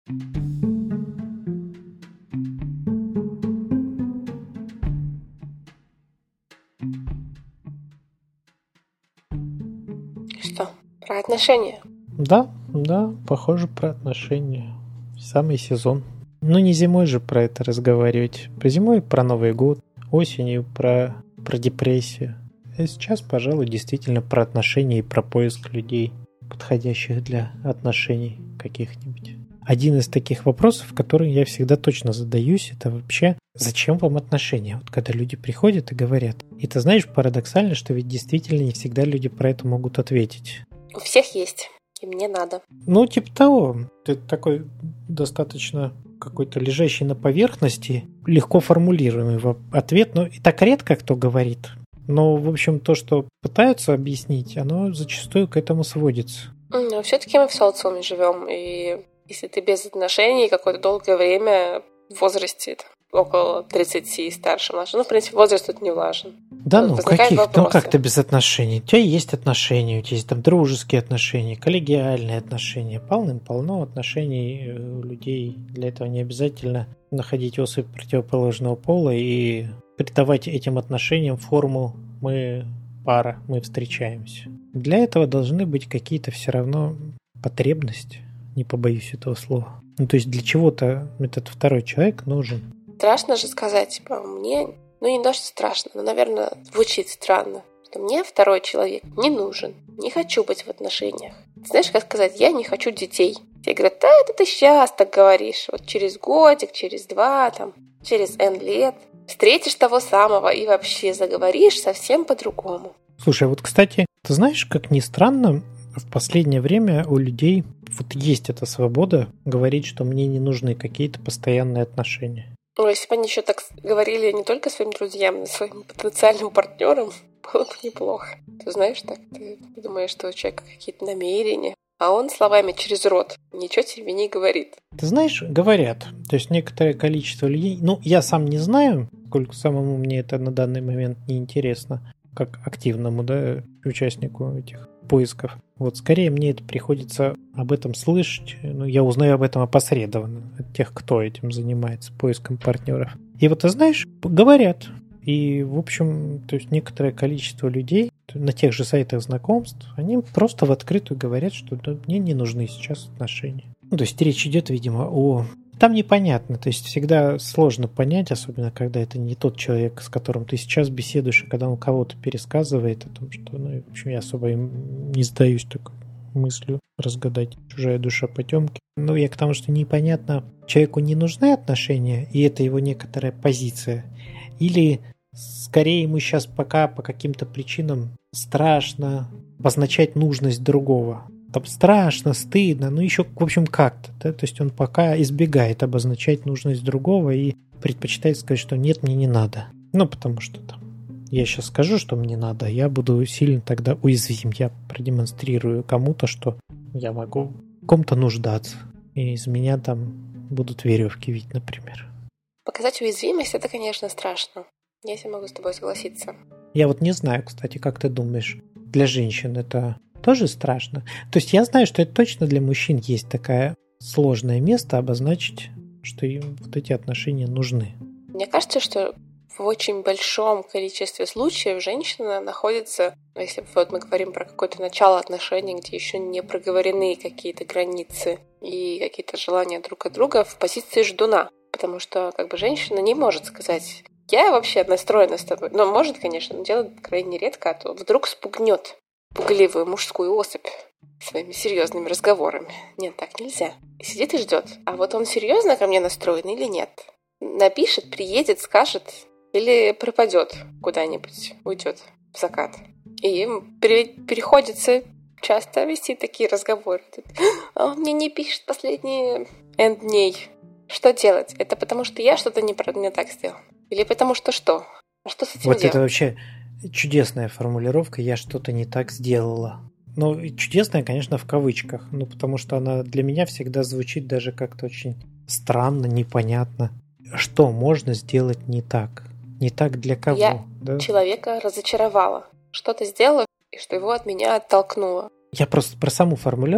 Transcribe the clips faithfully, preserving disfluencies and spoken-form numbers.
Что, про отношения? Да, да, похоже про отношения. Самый сезон. Ну не зимой же про это разговаривать. По зимой про Новый год, осенью про, про депрессию. А сейчас, пожалуй, действительно про отношения и про поиск людей, подходящих для отношений каких-нибудь. Один из таких вопросов, который я всегда точно задаюсь, это вообще, зачем вам отношения? Вот когда люди приходят и говорят. И ты знаешь, парадоксально, что ведь действительно не всегда люди про это могут ответить. У всех есть, и мне надо. Ну, типа того. Это такой достаточно какой-то лежащий на поверхности, легко формулируемый ответ. Но и так редко кто говорит. Но, в общем, то, что пытаются объяснить, оно зачастую к этому сводится. Но все-таки мы в социуме живем, и если ты без отношений какое-то долгое время в возрасте там, около тридцати, старше, младше, ну, в принципе, возраст тут не важен. Да ну, каких? Ну, как-то без отношений. У тебя есть отношения, у тебя есть там дружеские отношения, коллегиальные отношения. Полным-полно отношений у людей. Для этого не обязательно находить особь противоположного пола и придавать этим отношениям форму «мы пара, мы встречаемся». Для этого должны быть какие-то все равно потребности, не побоюсь этого слова. Ну, то есть для чего-то этот второй человек нужен. Страшно же сказать, типа, мне, ну не то, что страшно, но, наверное, звучит странно, что мне второй человек не нужен, не хочу быть в отношениях. Ты знаешь, как сказать, я не хочу детей. Все говорят, да, это ты сейчас так говоришь, вот через годик, через два, там, через N лет встретишь того самого и вообще заговоришь совсем по-другому. Слушай, вот, кстати, ты знаешь, как ни странно, в последнее время у людей вот есть эта свобода говорить, что мне не нужны какие-то постоянные отношения. Ну, если бы они еще так говорили не только своим друзьям, но и своим потенциальным партнерам, было бы неплохо. Ты знаешь, так ты думаешь, что у человека какие-то намерения, а он словами через рот ничего тебе не говорит. Ты знаешь, говорят, то есть некоторое количество людей, ну, я сам не знаю, сколько самому мне это на данный момент не интересно, как активному, да, участнику этих поисков. Вот скорее мне это приходится об этом слышать, ну, я узнаю об этом опосредованно от тех, кто этим занимается, поиском партнеров. И вот ты знаешь, говорят, и в общем, то есть некоторое количество людей на тех же сайтах знакомств, они просто в открытую говорят, что да, мне не нужны сейчас отношения. Ну, то есть речь идет, видимо, о... Там непонятно, то есть всегда сложно понять, особенно когда это не тот человек, с которым ты сейчас беседуешь, а когда он кого-то пересказывает о том, что, ну, в общем, я особо им не сдаюсь такой мыслью разгадать чужая душа потемки. Но я к тому, что непонятно, человеку не нужны отношения, и это его некоторая позиция, или скорее ему сейчас пока по каким-то причинам страшно обозначать нужность другого. Там страшно, стыдно, ну еще, в общем, как-то. Да? То есть он пока избегает обозначать нужность другого и предпочитает сказать, что нет, мне не надо. Ну, потому что там я сейчас скажу, что мне надо, я буду сильно тогда уязвим. Я продемонстрирую кому-то, что я могу в ком-то нуждаться. И из меня там будут веревки видеть, например. Показать уязвимость – это, конечно, страшно. Я себе могу с тобой согласиться. Я вот не знаю, кстати, как ты думаешь, для женщин это... тоже страшно. То есть я знаю, что это точно для мужчин есть такое сложное место обозначить, что им вот эти отношения нужны. Мне кажется, что в очень большом количестве случаев женщина находится, если вот мы говорим про какое-то начало отношений, где еще не проговорены какие-то границы и какие-то желания друг от друга, в позиции ждуна. Потому что как бы женщина не может сказать, я вообще настроена с тобой. Но может, конечно, но делает крайне редко, а то вдруг спугнет пугливую мужскую особь своими серьезными разговорами. Нет, так нельзя. И сидит и ждет. А вот он серьезно ко мне настроен или нет? Напишет, приедет, скажет или пропадет куда-нибудь, уйдет в закат. И им приходится часто вести такие разговоры. А он мне не пишет последние N дней. Что делать? Это потому, что я что-то не, не так сделал? Или потому что что? А что с этим вот делать? Это вообще чудесная формулировка «я что-то не так сделала». Ну, чудесная, конечно, в кавычках, ну, потому что она для меня всегда звучит даже как-то очень странно, непонятно. Что можно сделать не так? Не так для кого? Я да? человека разочаровала. Что-то сделала, и что его от меня оттолкнуло. Я просто про саму формулировку.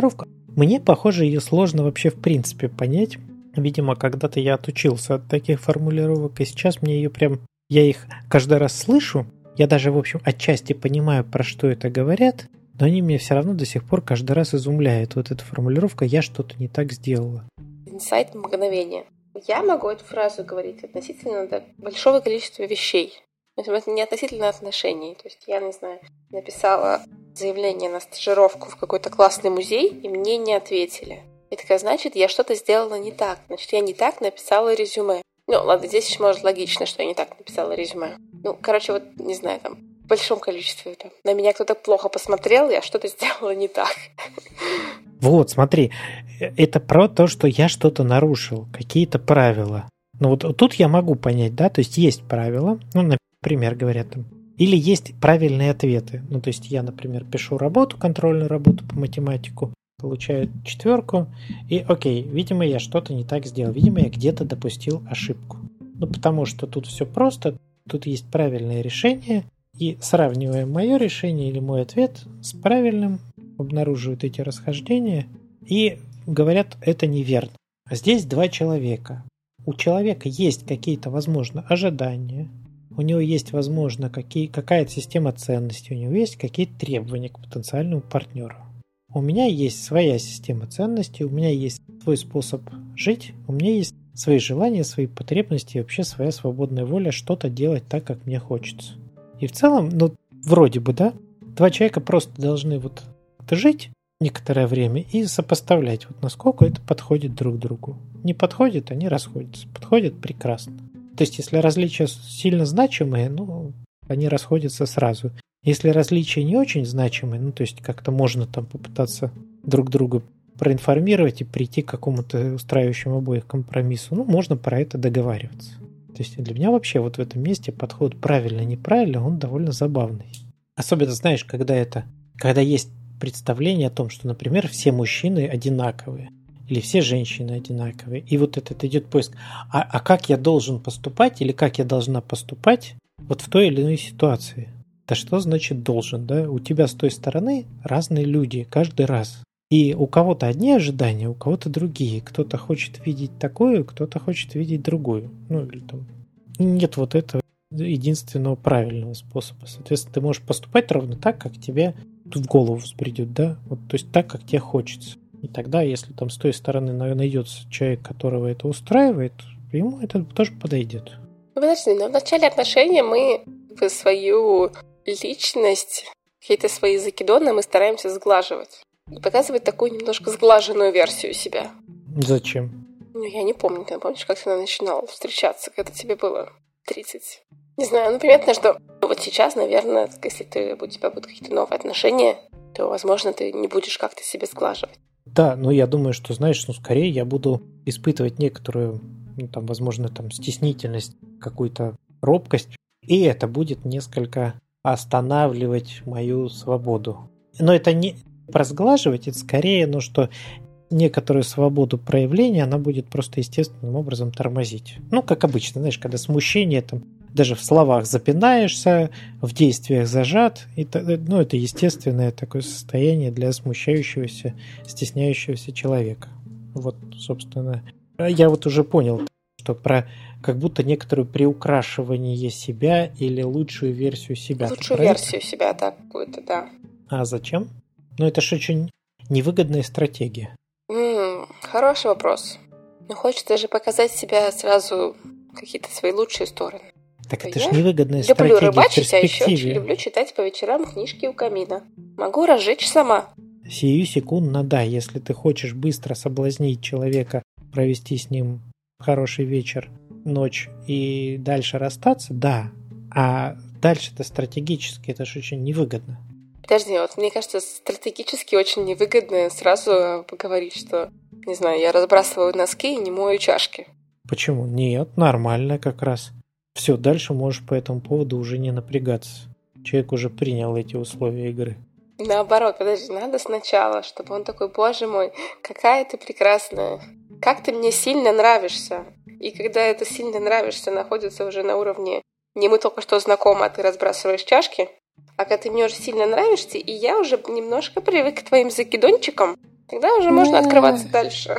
Мне, похоже, ее сложно вообще в принципе понять. Видимо, когда-то я отучился от таких формулировок, и сейчас мне ее прям... Я их каждый раз слышу, я даже, в общем, отчасти понимаю, про что это говорят, но они меня все равно до сих пор каждый раз изумляют. Вот эта формулировка «я что-то не так сделала». Инсайт мгновения. Я могу эту фразу говорить относительно да, большого количества вещей. Это не относительно отношений. То есть я, не знаю, написала заявление на стажировку в какой-то классный музей, и мне не ответили. И такая, значит, я что-то сделала не так. Значит, я не так написала резюме. Ну, ладно, здесь еще, может, логично, что я не так написала резюме. Ну, короче, вот, не знаю, там, в большом количестве. Там, на меня кто-то плохо посмотрел, я что-то сделала не так. Вот, смотри, это про то, что я что-то нарушил, какие-то правила. Ну, вот тут я могу понять, да, то есть есть правила, ну, например, говорят там, или есть правильные ответы. Ну, то есть я, например, пишу работу, контрольную работу по математику, получаю четверку, и окей, видимо, я что-то не так сделал, видимо, я где-то допустил ошибку. Ну, потому что тут все просто, тут есть правильное решение, и сравнивая мое решение или мой ответ с правильным, обнаруживают эти расхождения и говорят, это неверно. А здесь два человека. У человека есть какие-то, возможно, ожидания, у него есть, возможно, какие, какая-то система ценностей, у него есть какие-то требования к потенциальному партнеру. У меня есть своя система ценностей, у меня есть свой способ жить, у меня есть свои желания, свои потребности и вообще своя свободная воля что-то делать так, как мне хочется. И в целом, ну, вроде бы, да, два человека просто должны вот жить некоторое время и сопоставлять, вот насколько это подходит друг другу. Не подходит, они расходятся. Подходит прекрасно. То есть, если различия сильно значимые, ну, они расходятся сразу. Если различия не очень значимые, ну, то есть как-то можно там попытаться друг друга проинформировать и прийти к какому-то устраивающему обоих компромиссу, ну, можно про это договариваться. То есть для меня вообще вот в этом месте подход правильно-неправильно, он довольно забавный. Особенно, знаешь, когда это, когда есть представление о том, что, например, все мужчины одинаковые или все женщины одинаковые, и вот этот идет поиск, а, а как я должен поступать или как я должна поступать вот в той или иной ситуации. Да что значит должен, да? У тебя с той стороны разные люди каждый раз. И у кого-то одни ожидания, у кого-то другие. Кто-то хочет видеть такую, кто-то хочет видеть другую. Ну, или там нет вот этого единственного правильного способа. Соответственно, ты можешь поступать ровно так, как тебе тут в голову взбредет, да? Вот, то есть так, как тебе хочется. И тогда, если там с той стороны найдется человек, которого это устраивает, ему это тоже подойдет. Ну, подожди, но в начале отношений мы в свою личность, какие-то свои закидоны мы стараемся сглаживать. И показывать такую немножко сглаженную версию себя. Зачем? Ну, я не помню. Ты помнишь, как ты начинала встречаться, когда тебе было тридцать? Не знаю, ну, понятно, что вот сейчас, наверное, если ты, у тебя будут какие-то новые отношения, то, возможно, ты не будешь как-то себя сглаживать. Да, но я думаю, что, знаешь, ну, скорее я буду испытывать некоторую, ну, там, возможно, там, стеснительность, какую-то робкость, и это будет несколько останавливать мою свободу. Но это не про сглаживать, это скорее, ну, что некоторую свободу проявления она будет просто естественным образом тормозить. Ну, как обычно, знаешь, когда смущение, там, даже в словах запинаешься, в действиях зажат, и, ну, это естественное такое состояние для смущающегося, стесняющегося человека. Вот, собственно, я вот уже понял, что про как будто некоторое приукрашивание себя или лучшую версию себя. Лучшую версию себя, да, какую-то, да. А зачем? Ну, это же очень невыгодная стратегия. М-м, хороший вопрос. Но хочется же показать себя сразу какие-то свои лучшие стороны. Так это же невыгодная стратегия в перспективе. Люблю рыбачить, а еще очень люблю читать по вечерам книжки у камина. Могу разжечь сама. Сию секундно, да, если ты хочешь быстро соблазнить человека, провести с ним хороший вечер, ночь и дальше расстаться, да. А дальше-то стратегически это же очень невыгодно. Подожди, вот мне кажется, стратегически очень невыгодно сразу поговорить, что, не знаю, я разбрасываю носки и не мою чашки. Почему? Нет, нормально как раз. Все, дальше можешь по этому поводу уже не напрягаться. Человек уже принял эти условия игры. Наоборот, подожди, надо сначала, чтобы он такой, боже мой, какая ты прекрасная, как ты мне сильно нравишься. И когда это сильно нравишься находится уже на уровне не мы только что знакомы, а ты разбрасываешь чашки, а когда ты мне уже сильно нравишься, и я уже немножко привык к твоим закидончикам, Тогда уже можно открываться дальше.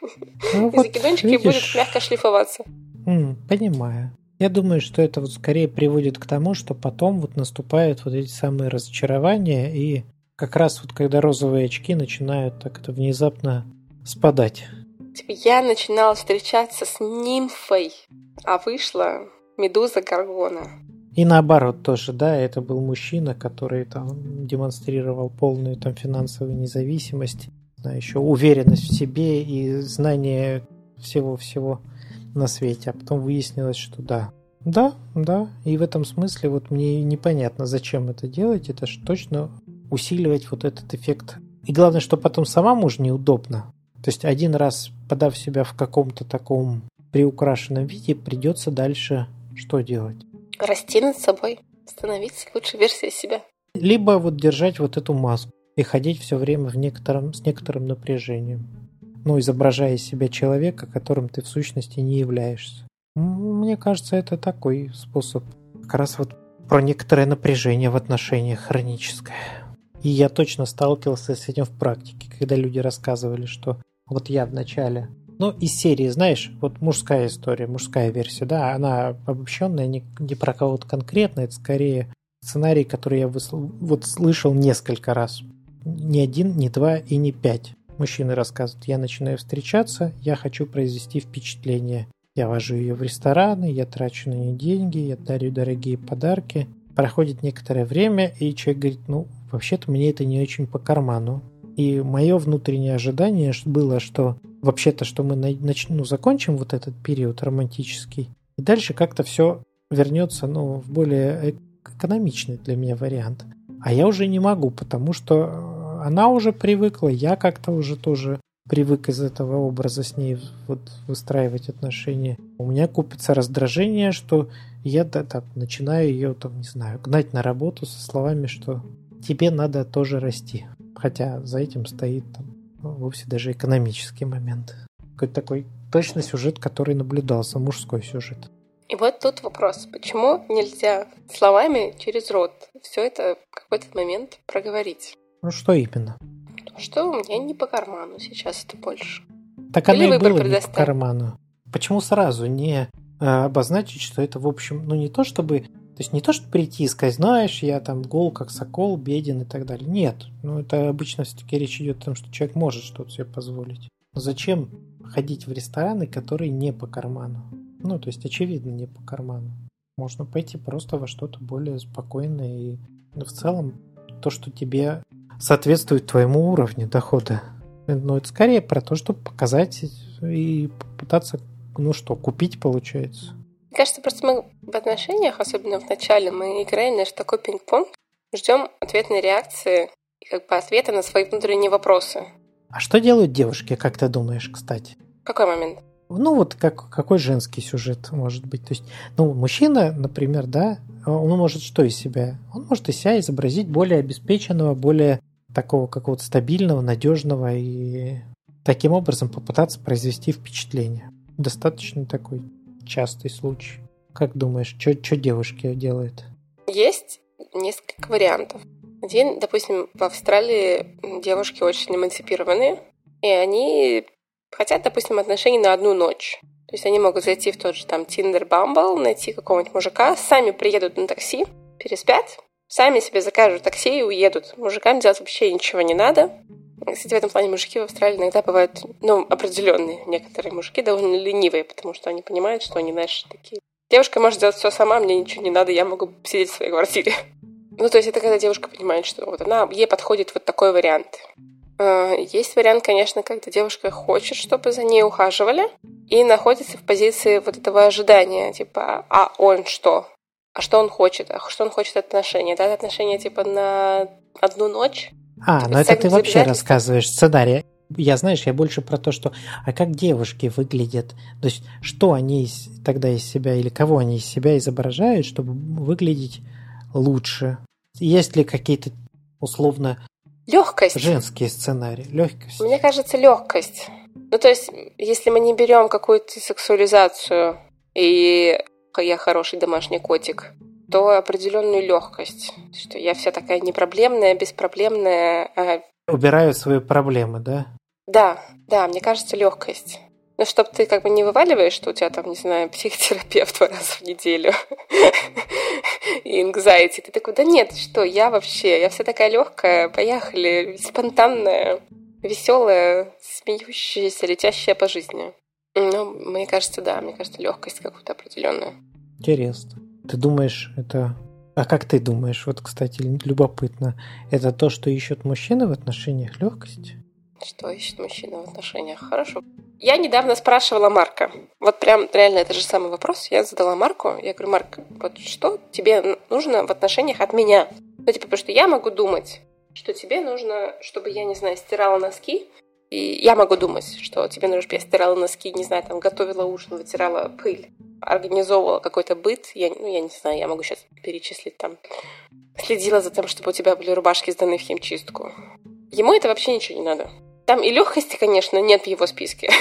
Ну, И вот, закидончики видишь, будут мягко шлифоваться. м, понимаю. Я думаю, что это вот скорее приводит к тому, что потом вот наступают вот эти самые разочарования, и как раз вот когда розовые очки начинают так это внезапно спадать. Типа я начинала встречаться с нимфой, а вышла медуза Горгона. И наоборот тоже, да, это был мужчина, который там демонстрировал полную там финансовую независимость, да, еще уверенность в себе и знание всего-всего на свете. А потом выяснилось, что да, да, да. И в этом смысле вот мне непонятно, зачем это делать. Это же точно усиливать вот этот эффект. И главное, что потом самому же неудобно. То есть один раз подав себя в каком-то таком приукрашенном виде, придется дальше что делать? Расти над собой, становиться лучшей версией себя. Либо вот держать вот эту маску и ходить все время в некотором, с некоторым напряжением. Ну, изображая из себя человека, которым ты в сущности не являешься. Мне кажется, это такой способ. Как раз вот про некоторое напряжение в отношениях хроническое. И я точно сталкивался с этим в практике, когда люди рассказывали, что вот я вначале... Ну, из серии, знаешь, вот мужская история, мужская версия, да, она обобщенная, не, не про кого-то конкретно, это скорее сценарий, который я высл... вот слышал несколько раз. Не один, не два и не пять. Мужчины рассказывают, я начинаю встречаться, я хочу произвести впечатление. Я вожу ее в рестораны, я трачу на нее деньги, я дарю дорогие подарки. Проходит некоторое время, и человек говорит, ну, вообще-то мне это не очень по карману. И мое внутреннее ожидание было, что вообще-то, что мы нач... ну, закончим вот этот период романтический, и дальше как-то все вернется ну, в более экономичный для меня вариант. А я уже не могу, потому что она уже привыкла, я как-то уже тоже привык из этого образа с ней вот выстраивать отношения. У меня купится раздражение, что я да, да, начинаю ее, там, не знаю, гнать на работу со словами, что тебе надо тоже расти. Хотя за этим стоит там, вовсе даже экономический момент. Какой-то такой точно сюжет, который наблюдался, мужской сюжет. И вот тут вопрос, почему нельзя словами через рот все это в какой-то момент проговорить? Ну что именно? Что у меня не по карману сейчас это больше. Так Или оно и выбор было не по предоставь. карману. Почему сразу не а, обозначить, что это, в общем, ну не то чтобы... То есть не то, что прийти и сказать, знаешь, я там гол, как сокол, беден и так далее. Нет. Ну, это обычно все-таки речь идет о том, что человек может что-то себе позволить. Но зачем ходить в рестораны, которые не по карману? Ну, то есть, очевидно, не по карману. Можно пойти просто во что-то более спокойное и ну, в целом то, что тебе соответствует твоему уровню дохода. Но это скорее про то, чтобы показать и попытаться, ну что, купить получается. Мне кажется, просто мы в отношениях, особенно в начале, мы играем наш такой пинг-понг, ждем ответной реакции и как бы ответа на свои внутренние вопросы. А что делают девушки, как ты думаешь, кстати? Какой момент? Ну, вот как, какой женский сюжет может быть? То есть, ну, мужчина, например, да, он может что из себя? Он может из себя изобразить более обеспеченного, более такого какого-то стабильного, надежного и таким образом попытаться произвести впечатление. Достаточно такой частый случай. Как думаешь, что девушки делают? Есть несколько вариантов. Один, допустим, в Австралии девушки очень эмансипированные, и они хотят, допустим, отношений на одну ночь. То есть они могут зайти в тот же там Tinder, Bumble, найти какого-нибудь мужика, сами приедут на такси, переспят, сами себе закажут такси и уедут. Мужикам делать вообще ничего не надо. Кстати, в этом плане мужики в Австралии иногда бывают, ну, определенные. Некоторые мужики довольно ленивые, потому что они понимают, что они, знаешь, такие. Девушка может делать все сама, мне ничего не надо, я могу сидеть в своей квартире. Ну, то есть это когда девушка понимает, что вот она, ей подходит вот такой вариант. Есть вариант, конечно, когда девушка хочет, чтобы за ней ухаживали, и находится в позиции вот этого ожидания, типа, а он что? А что он хочет? А что он хочет от отношений? Да, отношения типа на одну ночь? А, ну это ты вообще рассказываешь сценарий. Я, знаешь, я больше про то, что а как девушки выглядят, то есть что они из, тогда из себя или кого они из себя изображают, чтобы выглядеть лучше? Есть ли какие-то условно легкость. Женские сценарии, легкость. Мне кажется, легкость. Ну, то есть, если мы не берем какую-то сексуализацию и я хороший домашний котик, то определенную легкость. Что я вся такая непроблемная, беспроблемная. А... Убираю свои проблемы, да? Да, да, мне кажется, легкость. Ну, чтобы ты как бы не вываливаешь, что у тебя там, не знаю, психотерапевт два раза в неделю и anxiety. Ты такой, да нет, что, я вообще, я вся такая легкая, поехали, спонтанная, веселая, смеющаяся, летящая по жизни. Ну, мне кажется, да, мне кажется, легкость какую-то определенную. Интересно. Ты думаешь, это... А как ты думаешь? Вот, кстати, любопытно. Это то, что ищут мужчины в отношениях, легкость? Что ищет мужчина в отношениях? Хорошо. Я недавно спрашивала Марка. Вот прям реально это же самый вопрос. Я задала Марку. Я говорю, Марк, вот что тебе нужно в отношениях от меня? Ну, типа, потому что я могу думать, что тебе нужно, чтобы я, не знаю, стирала носки. И я могу думать, что тебе нужно, чтобы я стирала носки, не знаю, там, готовила ужин, вытирала пыль, организовывала какой-то быт. Я, ну, я не знаю, я могу сейчас перечислить там. Следила за тем, чтобы у тебя были рубашки сданы в химчистку. Ему это вообще ничего не надо. Там и легкости, конечно, нет в его списке.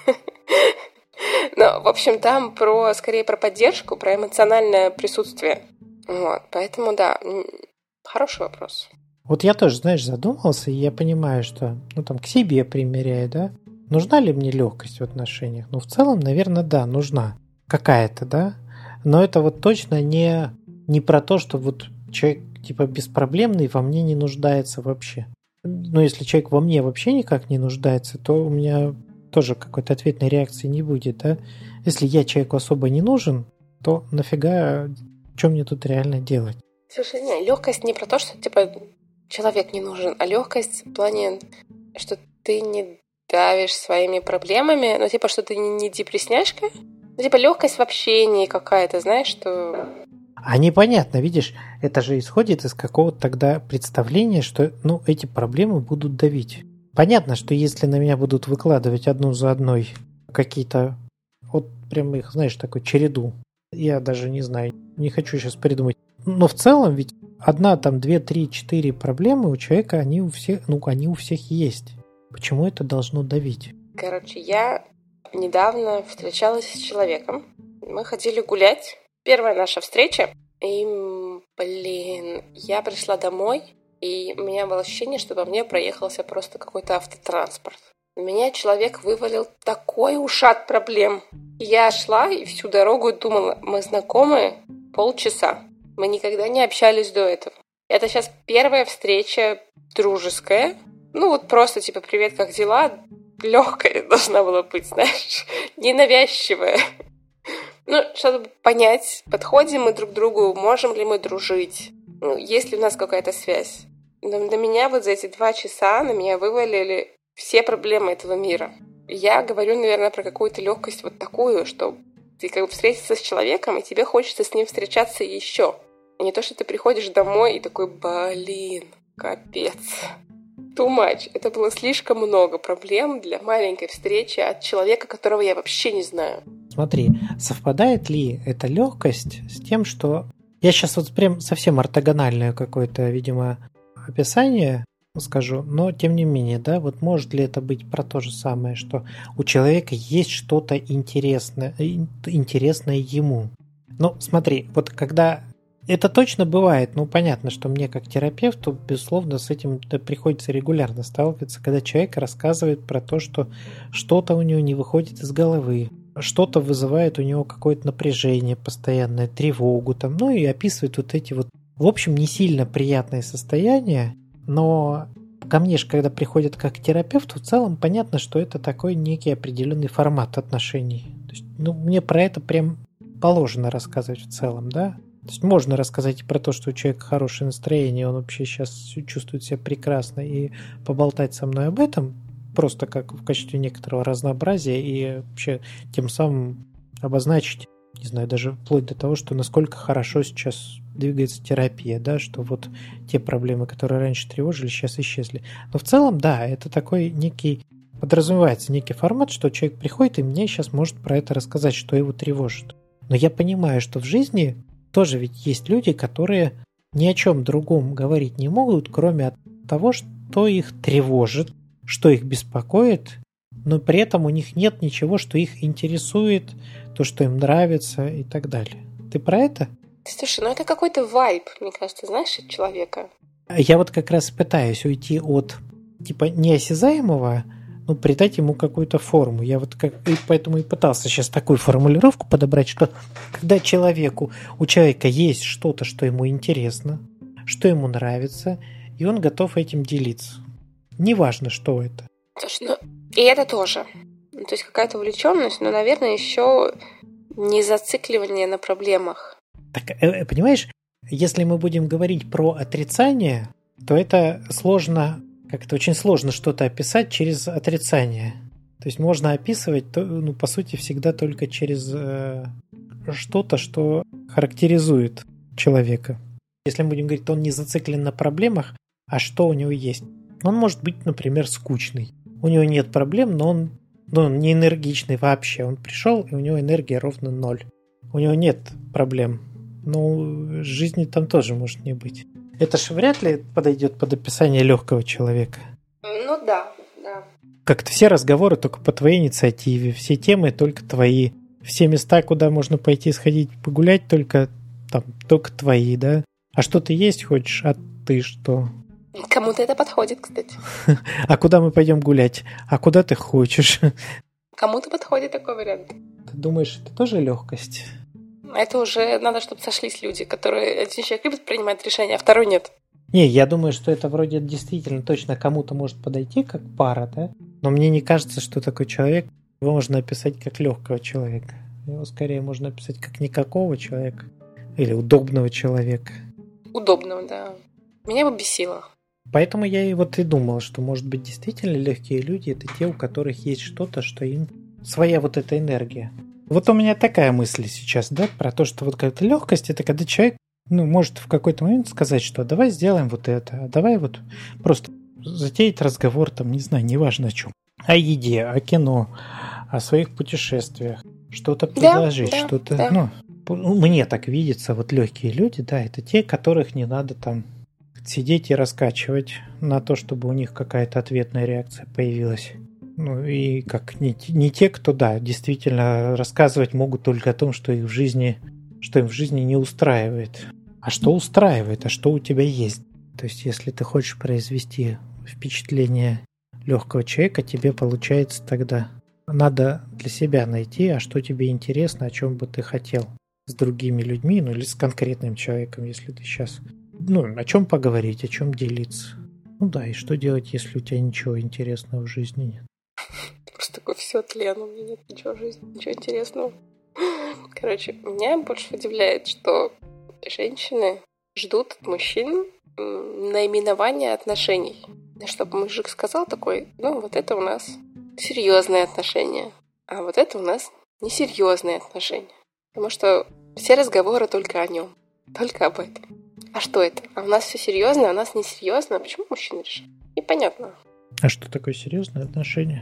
Но, в общем, там про, скорее про поддержку, про эмоциональное присутствие. Вот, поэтому, да, хороший вопрос. Вот я тоже, знаешь, задумался, и я понимаю, что, ну, там, к себе примеряю, да, нужна ли мне легкость в отношениях? Ну, в целом, наверное, да, нужна какая-то, да, но это вот точно не, не про то, что вот человек, типа, беспроблемный во мне не нуждается вообще. Но если человек во мне вообще никак не нуждается, то у меня тоже какой-то ответной реакции не будет, да. Если я человеку особо не нужен, то нафига, что мне тут реально делать? Слушай, не, легкость не про то, что, типа, человек не нужен, а легкость в плане, что ты не давишь своими проблемами, ну, типа, что ты не депрессняшка, ну, типа, легкость в общении какая-то, знаешь, что... А непонятно, видишь, это же исходит из какого-то тогда представления, что, ну, эти проблемы будут давить. Понятно, что если на меня будут выкладывать одну за одной какие-то, вот прям их, знаешь, такую череду, я даже не знаю, не хочу сейчас придумать. Но в целом ведь одна, там, две, три, четыре проблемы у человека, они у всех, ну, они у всех есть. Почему это должно давить? Короче, я недавно встречалась с человеком. Мы ходили гулять. Первая наша встреча. И, блин, я пришла домой, и у меня было ощущение, что по мне проехался просто какой-то автотранспорт. Меня человек вывалил такой ушат проблем. Я шла и всю дорогу думала, мы знакомы полчаса. Мы никогда не общались до этого. Это сейчас первая встреча дружеская. Ну вот просто типа «Привет, как дела?» Легкая должна была быть, знаешь, ненавязчивая. Ну, чтобы понять, подходим мы друг к другу, можем ли мы дружить, ну, есть ли у нас какая-то связь. Но на меня вот за эти два часа на меня вывалили все проблемы этого мира. Я говорю, наверное, про какую-то легкость вот такую, что ты как бы встретишься с человеком, и тебе хочется с ним встречаться еще. А не то, что ты приходишь домой и такой, блин, капец. Too much. Это было слишком много проблем для маленькой встречи от человека, которого я вообще не знаю. Смотри, совпадает ли эта легкость с тем, что... Я сейчас вот прям совсем ортогональное какое-то, видимо, описание скажу, но тем не менее, да, вот может ли это быть про то же самое, что у человека есть что-то интересное, интересное ему. Ну, смотри, вот когда... Это точно бывает, ну, понятно, что мне как терапевту, безусловно, с этим приходится регулярно сталкиваться, когда человек рассказывает про то, что что-то у него не выходит из головы, что-то вызывает у него какое-то напряжение постоянное, тревогу там, ну и описывает вот эти вот, в общем, не сильно приятные состояния, но ко мне же, когда приходят как к терапевту, в целом понятно, что это такой некий определенный формат отношений. То есть, ну, мне про это прям положено рассказывать в целом, да. То есть можно рассказать и про то, что у человека хорошее настроение, он вообще сейчас чувствует себя прекрасно, и поболтать со мной об этом, просто как в качестве некоторого разнообразия, и вообще тем самым обозначить, не знаю, даже вплоть до того, что насколько хорошо сейчас двигается терапия, да, что вот те проблемы, которые раньше тревожили, сейчас исчезли. Но в целом, да, это такой некий, подразумевается некий формат, что человек приходит и мне сейчас может про это рассказать, что его тревожит. Но я понимаю, что в жизни тоже ведь есть люди, которые ни о чем другом говорить не могут, кроме того, что их тревожит, что их беспокоит, но при этом у них нет ничего, что их интересует, то, что им нравится и так далее. Ты про это? Слушай, ну это какой-то вайб, мне кажется, знаешь, от человека. Я вот как раз пытаюсь уйти от типа неосязаемого ну, придать ему какую-то форму. Я вот как, и поэтому и пытался сейчас такую формулировку подобрать, что когда человеку, у человека есть что-то, что ему интересно, что ему нравится, и он готов этим делиться. Неважно, что это. Слушай, ну, и это тоже. Ну, то есть какая-то увлеченность, но, наверное, еще не зацикливание на проблемах. Так, понимаешь, если мы будем говорить про отрицание, то это сложно, как-то очень сложно что-то описать через отрицание. То есть можно описывать, ну, по сути, всегда только через э, что-то, что характеризует человека. Если мы будем говорить, то он не зациклен на проблемах, а что у него есть. Он может быть, например, скучный. У него нет проблем, но он, ну, он не энергичный вообще. Он пришел, и у него энергия ровно ноль. У него нет проблем. Но жизни там тоже может не быть. Это же вряд ли подойдет под описание легкого человека. Ну да, да. Как-то все разговоры только по твоей инициативе, все темы только твои, все места, куда можно пойти сходить погулять, только там, только твои, да? А что ты есть хочешь, а ты что? Кому-то это подходит, кстати. А куда мы пойдем гулять? А куда ты хочешь? Кому-то подходит такой вариант. Ты думаешь, это тоже легкость? Это уже надо, чтобы сошлись люди, которые один человек любит принимать решения, а второй нет. Не, я думаю, что это вроде действительно точно кому-то может подойти как пара, да? Но мне не кажется, что такой человек его можно описать как легкого человека. Его скорее можно описать как никакого человека или удобного человека. Удобного, да. Меня бы бесило. Поэтому я и вот и думал, что, может быть, действительно легкие люди – это те, у которых есть что-то, что им своя вот эта энергия. Вот у меня такая мысль сейчас, да, про то, что вот какая-то легкость – это когда человек, ну, может в какой-то момент сказать, что давай сделаем вот это, а давай вот просто затеять разговор, там, не знаю, неважно о чем. О еде, о кино, о своих путешествиях, что-то предложить, да, что-то, да. ну, мне так видится, вот легкие люди, да, это те, которых не надо там сидеть и раскачивать на то, чтобы у них какая-то ответная реакция появилась. Ну и как не, не те, кто, да, действительно рассказывать могут только о том, что их в жизни, что им в жизни не устраивает. А что устраивает, а что у тебя есть. То есть, если ты хочешь произвести впечатление легкого человека, тебе получается тогда надо для себя найти, а что тебе интересно, о чем бы ты хотел с другими людьми, ну или с конкретным человеком, если ты сейчас... Ну, о чем поговорить, о чем делиться. Ну да, и что делать, если у тебя ничего интересного в жизни нет? Просто такой, все, тлен, у меня нет ничего в жизни, ничего интересного. Короче, меня больше удивляет, что женщины ждут от мужчин наименования отношений. Чтобы мужик сказал такой, ну, вот это у нас серьезные отношения, а вот это у нас несерьезные отношения. Потому что все разговоры только о нем, только об этом. А что это? А у нас все серьезно, а у нас несерьезно. А почему мужчина решил? Непонятно. А что такое серьезное отношение?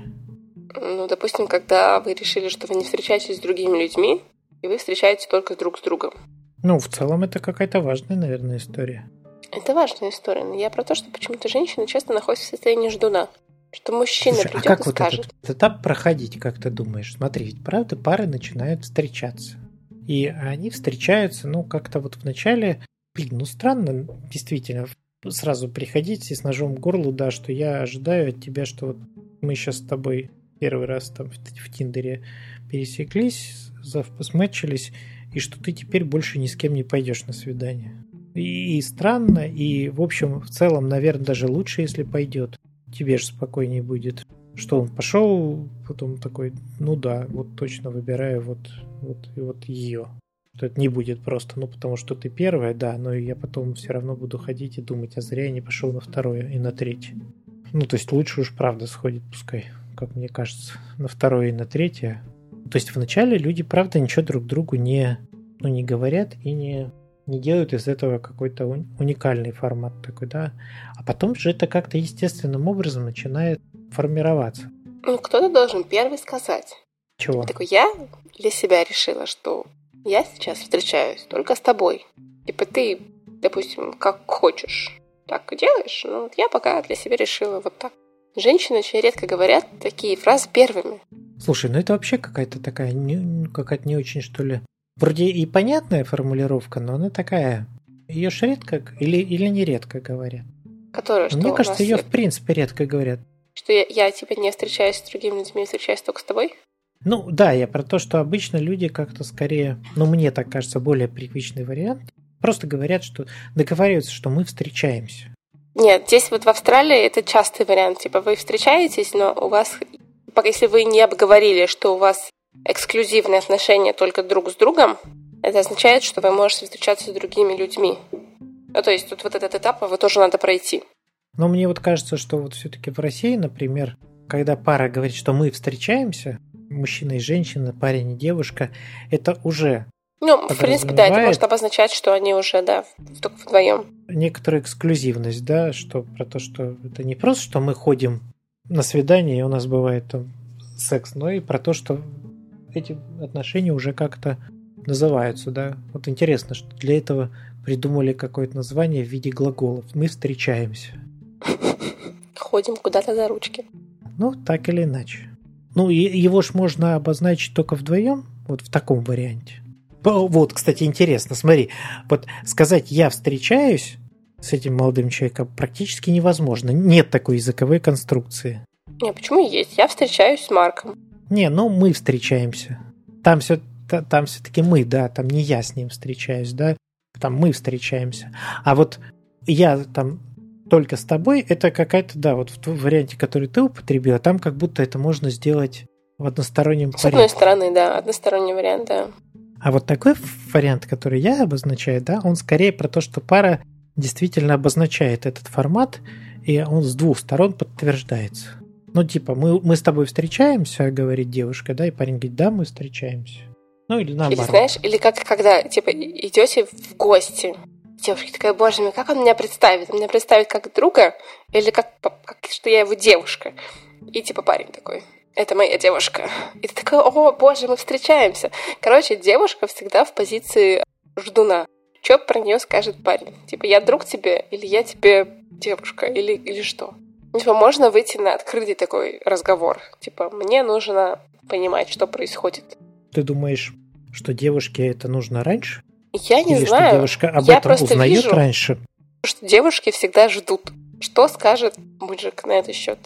Ну, допустим, когда вы решили, что вы не встречаетесь с другими людьми, и вы встречаетесь только друг с другом. Ну, в целом, это какая-то важная, наверное, история. Это важная история. Но я про то, что почему-то женщины часто находятся в состоянии ждуна. Что мужчина Слушай, придет а как и вот скажет. этот этап проходить, как ты думаешь? Смотри, ведь правда пары начинают встречаться. И они встречаются, ну, как-то вот в начале... Блин, ну странно, действительно, сразу приходить и с ножом к горлу, да, что я ожидаю от тебя, что вот мы сейчас с тобой первый раз там в, в Тиндере пересеклись, посмэтчились, и что ты теперь больше ни с кем не пойдешь на свидание. И, и странно, и, в общем, в целом, наверное, даже лучше, если пойдет. Тебе же спокойнее будет. Что он пошел, потом такой, ну да, вот точно выбираю вот, вот, и вот ее. Что это не будет просто, ну, потому что ты первая, да, но я потом все равно буду ходить и думать, а зря я не пошел на второе и на третье. Ну, то есть лучше уж правда сходит, пускай, как мне кажется, на второе и на третье. То есть вначале люди, правда, ничего друг другу не, ну, не говорят и не, не делают из этого какой-то уникальный формат такой, да. А потом же это как-то естественным образом начинает формироваться. Ну, кто-то должен первый сказать. Чего? Такой, я для себя решила, что я сейчас встречаюсь только с тобой. Типа ты, допустим, как хочешь, так и делаешь. Ну, вот я пока для себя решила вот так. Женщины очень редко говорят такие фразы первыми. Слушай, ну это вообще какая-то такая, не, какая-то не очень, что ли... Вроде и понятная формулировка, но она такая... Ее ж редко или, или не редко говорят. Которая, что Мне кажется, ее нас... в принципе редко говорят. Что я, я типа не встречаюсь с другими людьми, встречаюсь только с тобой? Ну, да, я про то, что обычно люди как-то скорее, ну, мне так кажется, более привычный вариант, просто говорят, что договариваются, что мы встречаемся. Нет, здесь вот в Австралии это частый вариант. Типа вы встречаетесь, но у вас, если вы не обговорили, что у вас эксклюзивные отношения только друг с другом, это означает, что вы можете встречаться с другими людьми. Ну, то есть тут вот этот этап его тоже надо пройти. Но мне вот кажется, что вот все-таки в России, например, когда пара говорит, что мы встречаемся, мужчина и женщина, парень и девушка, это уже Ну, в принципе, да, это может обозначать, что они уже, да, только вдвоем. Некоторую эксклюзивность, да, что про то, что это не просто, что мы ходим на свидание, и у нас бывает там секс, но и про то, что эти отношения уже как-то называются, да. Вот интересно, что для этого придумали какое-то название в виде глаголов. Мы встречаемся. Ходим куда-то за ручки. Ну, так или иначе. Ну, и его ж можно обозначить только вдвоем, вот в таком варианте. Вот, кстати, интересно, смотри, вот сказать «я встречаюсь» с этим молодым человеком практически невозможно. Нет такой языковой конструкции. Не, почему есть? Я встречаюсь с Марком. Не, ну мы встречаемся. Там, все, там все-таки мы, да, там не я с ним встречаюсь, да, там мы встречаемся. А вот я там только с тобой, это какая-то, да, вот в том варианте, который ты употребила, там как будто это можно сделать в одностороннем порядке. С одной стороны, да, односторонний вариант, да. А вот такой вариант, который я обозначаю, да, он скорее про то, что пара действительно обозначает этот формат, и он с двух сторон подтверждается. Ну, типа, мы, мы с тобой встречаемся, говорит девушка, да, и парень говорит, да, мы встречаемся. Ну, или наоборот. Или, знаешь, или как когда, типа, идете в гости, девушка такая, боже мой, как он меня представит? Он меня представит как друга или как, как что я его девушка? И, типа, парень такой, это моя девушка. И ты такой, о, боже, мы встречаемся. Короче, девушка всегда в позиции ждуна. Что про нее скажет парень? Типа, я друг тебе, или я тебе девушка, или, или что? Типа, можно выйти на открытый такой разговор. Типа, мне нужно понимать, что происходит. Ты думаешь, что девушке это нужно раньше? Я не или знаю. Что девушка об я этом узнает вижу, раньше? Что девушки всегда ждут, что скажет мужик на этот счет.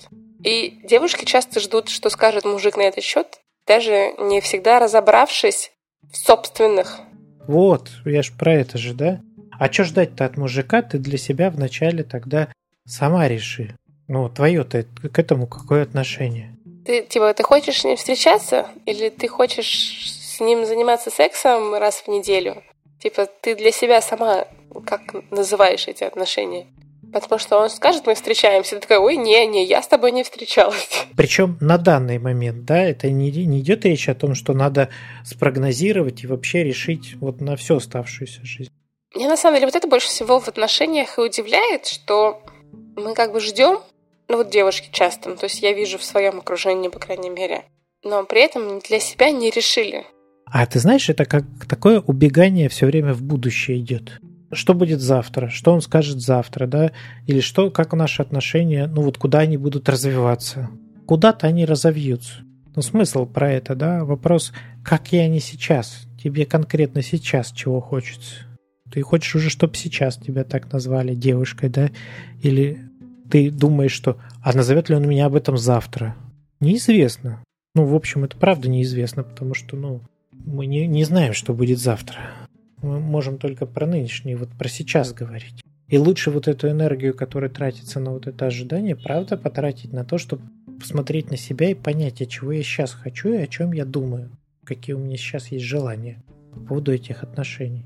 И девушки часто ждут, что скажет мужик на этот счет, даже не всегда разобравшись в собственных. Вот, я ж про это же, да? А что ждать-то от мужика? Ты для себя вначале тогда сама реши. Ну, твое-то к этому какое отношение? Ты, типа, ты хочешь с ним встречаться? Или ты хочешь с ним заниматься сексом раз в неделю? Типа, ты для себя сама как называешь эти отношения? Потому что он скажет, мы встречаемся, ты такая, ой, не, не, я с тобой не встречалась. Причем на данный момент, да, это не, не идет речь о том, что надо спрогнозировать и вообще решить вот на всю оставшуюся жизнь. Меня на самом деле вот это больше всего в отношениях и удивляет, что мы как бы ждем, ну вот девушки часто, ну, то есть я вижу в своем окружении, по крайней мере, но при этом для себя не решили. А ты знаешь, это как такое убегание все время в будущее идет. Что будет завтра, что он скажет завтра, да, или что, как наши отношения, ну вот куда они будут развиваться. Куда-то они разовьются. Ну смысл про это, да, вопрос, какие они сейчас, тебе конкретно сейчас чего хочется. Ты хочешь уже, чтобы сейчас тебя так назвали девушкой, да, или ты думаешь, что, а назовет ли он меня об этом завтра? Неизвестно. Ну, в общем, это правда неизвестно, потому что, ну, мы не, не знаем, что будет завтра. Мы можем только про нынешний, вот про сейчас говорить. И лучше вот эту энергию, которая тратится на вот это ожидание, правда, потратить на то, чтобы посмотреть на себя и понять, а чего я сейчас хочу и о чем я думаю. Какие у меня сейчас есть желания по поводу этих отношений.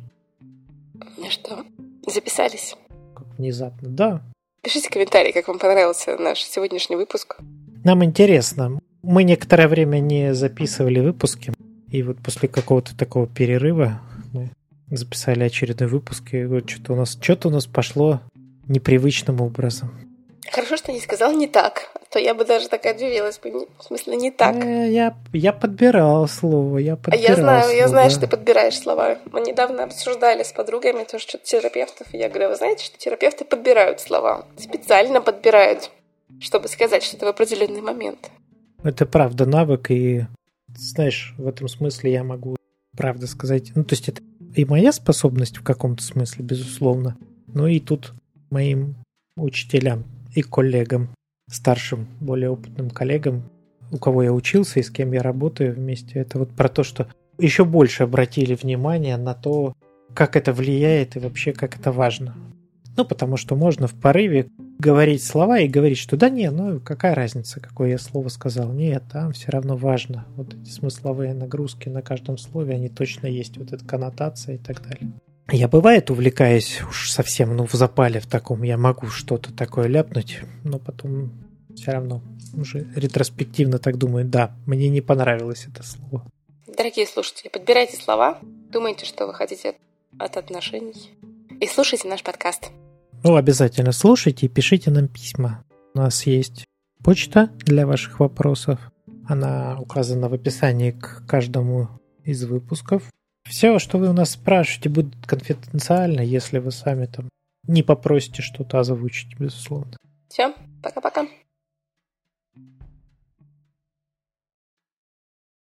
Ну что, записались? Как внезапно, да. Пишите комментарии, как вам понравился наш сегодняшний выпуск. Нам интересно. Мы некоторое время не записывали выпуски, и вот после какого-то такого перерыва мы записали очередной выпуск, и вот что-то у нас, что-то у нас пошло непривычным образом. Хорошо, что не сказал не так, а то я бы даже так удивилась бы. В смысле, не так. Э, я, я подбирал слово, я подбирал А я знаю, слово. я знаю, что ты подбираешь слова. Мы недавно обсуждали с подругами тоже что-то терапевтов, и я говорю, вы знаете, что терапевты подбирают слова, специально подбирают, чтобы сказать что-то в определенный момент. Это правда навык, и, знаешь, в этом смысле я могу правда сказать, ну, то есть это и моя способность в каком-то смысле, безусловно, но и тут моим учителям и коллегам старшим, более опытным коллегам, у кого я учился и с кем я работаю вместе. Это вот про то, что еще больше обратили внимание на то, как это влияет и вообще как это важно. Ну, потому что можно в порыве говорить слова и говорить, что да не, ну какая разница, какое я слово сказал. Нет, там все равно важно. Вот эти смысловые нагрузки на каждом слове, они точно есть, вот эта коннотация и так далее. Я, бывает, увлекаюсь уж совсем, ну, в запале в таком, я могу что-то такое ляпнуть, но потом все равно уже ретроспективно так думаю, да, мне не понравилось это слово. Дорогие слушатели, подбирайте слова, думайте, что вы хотите от отношений, и слушайте наш подкаст. Ну, обязательно слушайте и пишите нам письма. У нас есть почта для ваших вопросов. Она указана в описании к каждому из выпусков. Все, что вы у нас спрашиваете, будет конфиденциально, если вы сами там не попросите что-то озвучить, безусловно. Все, пока-пока.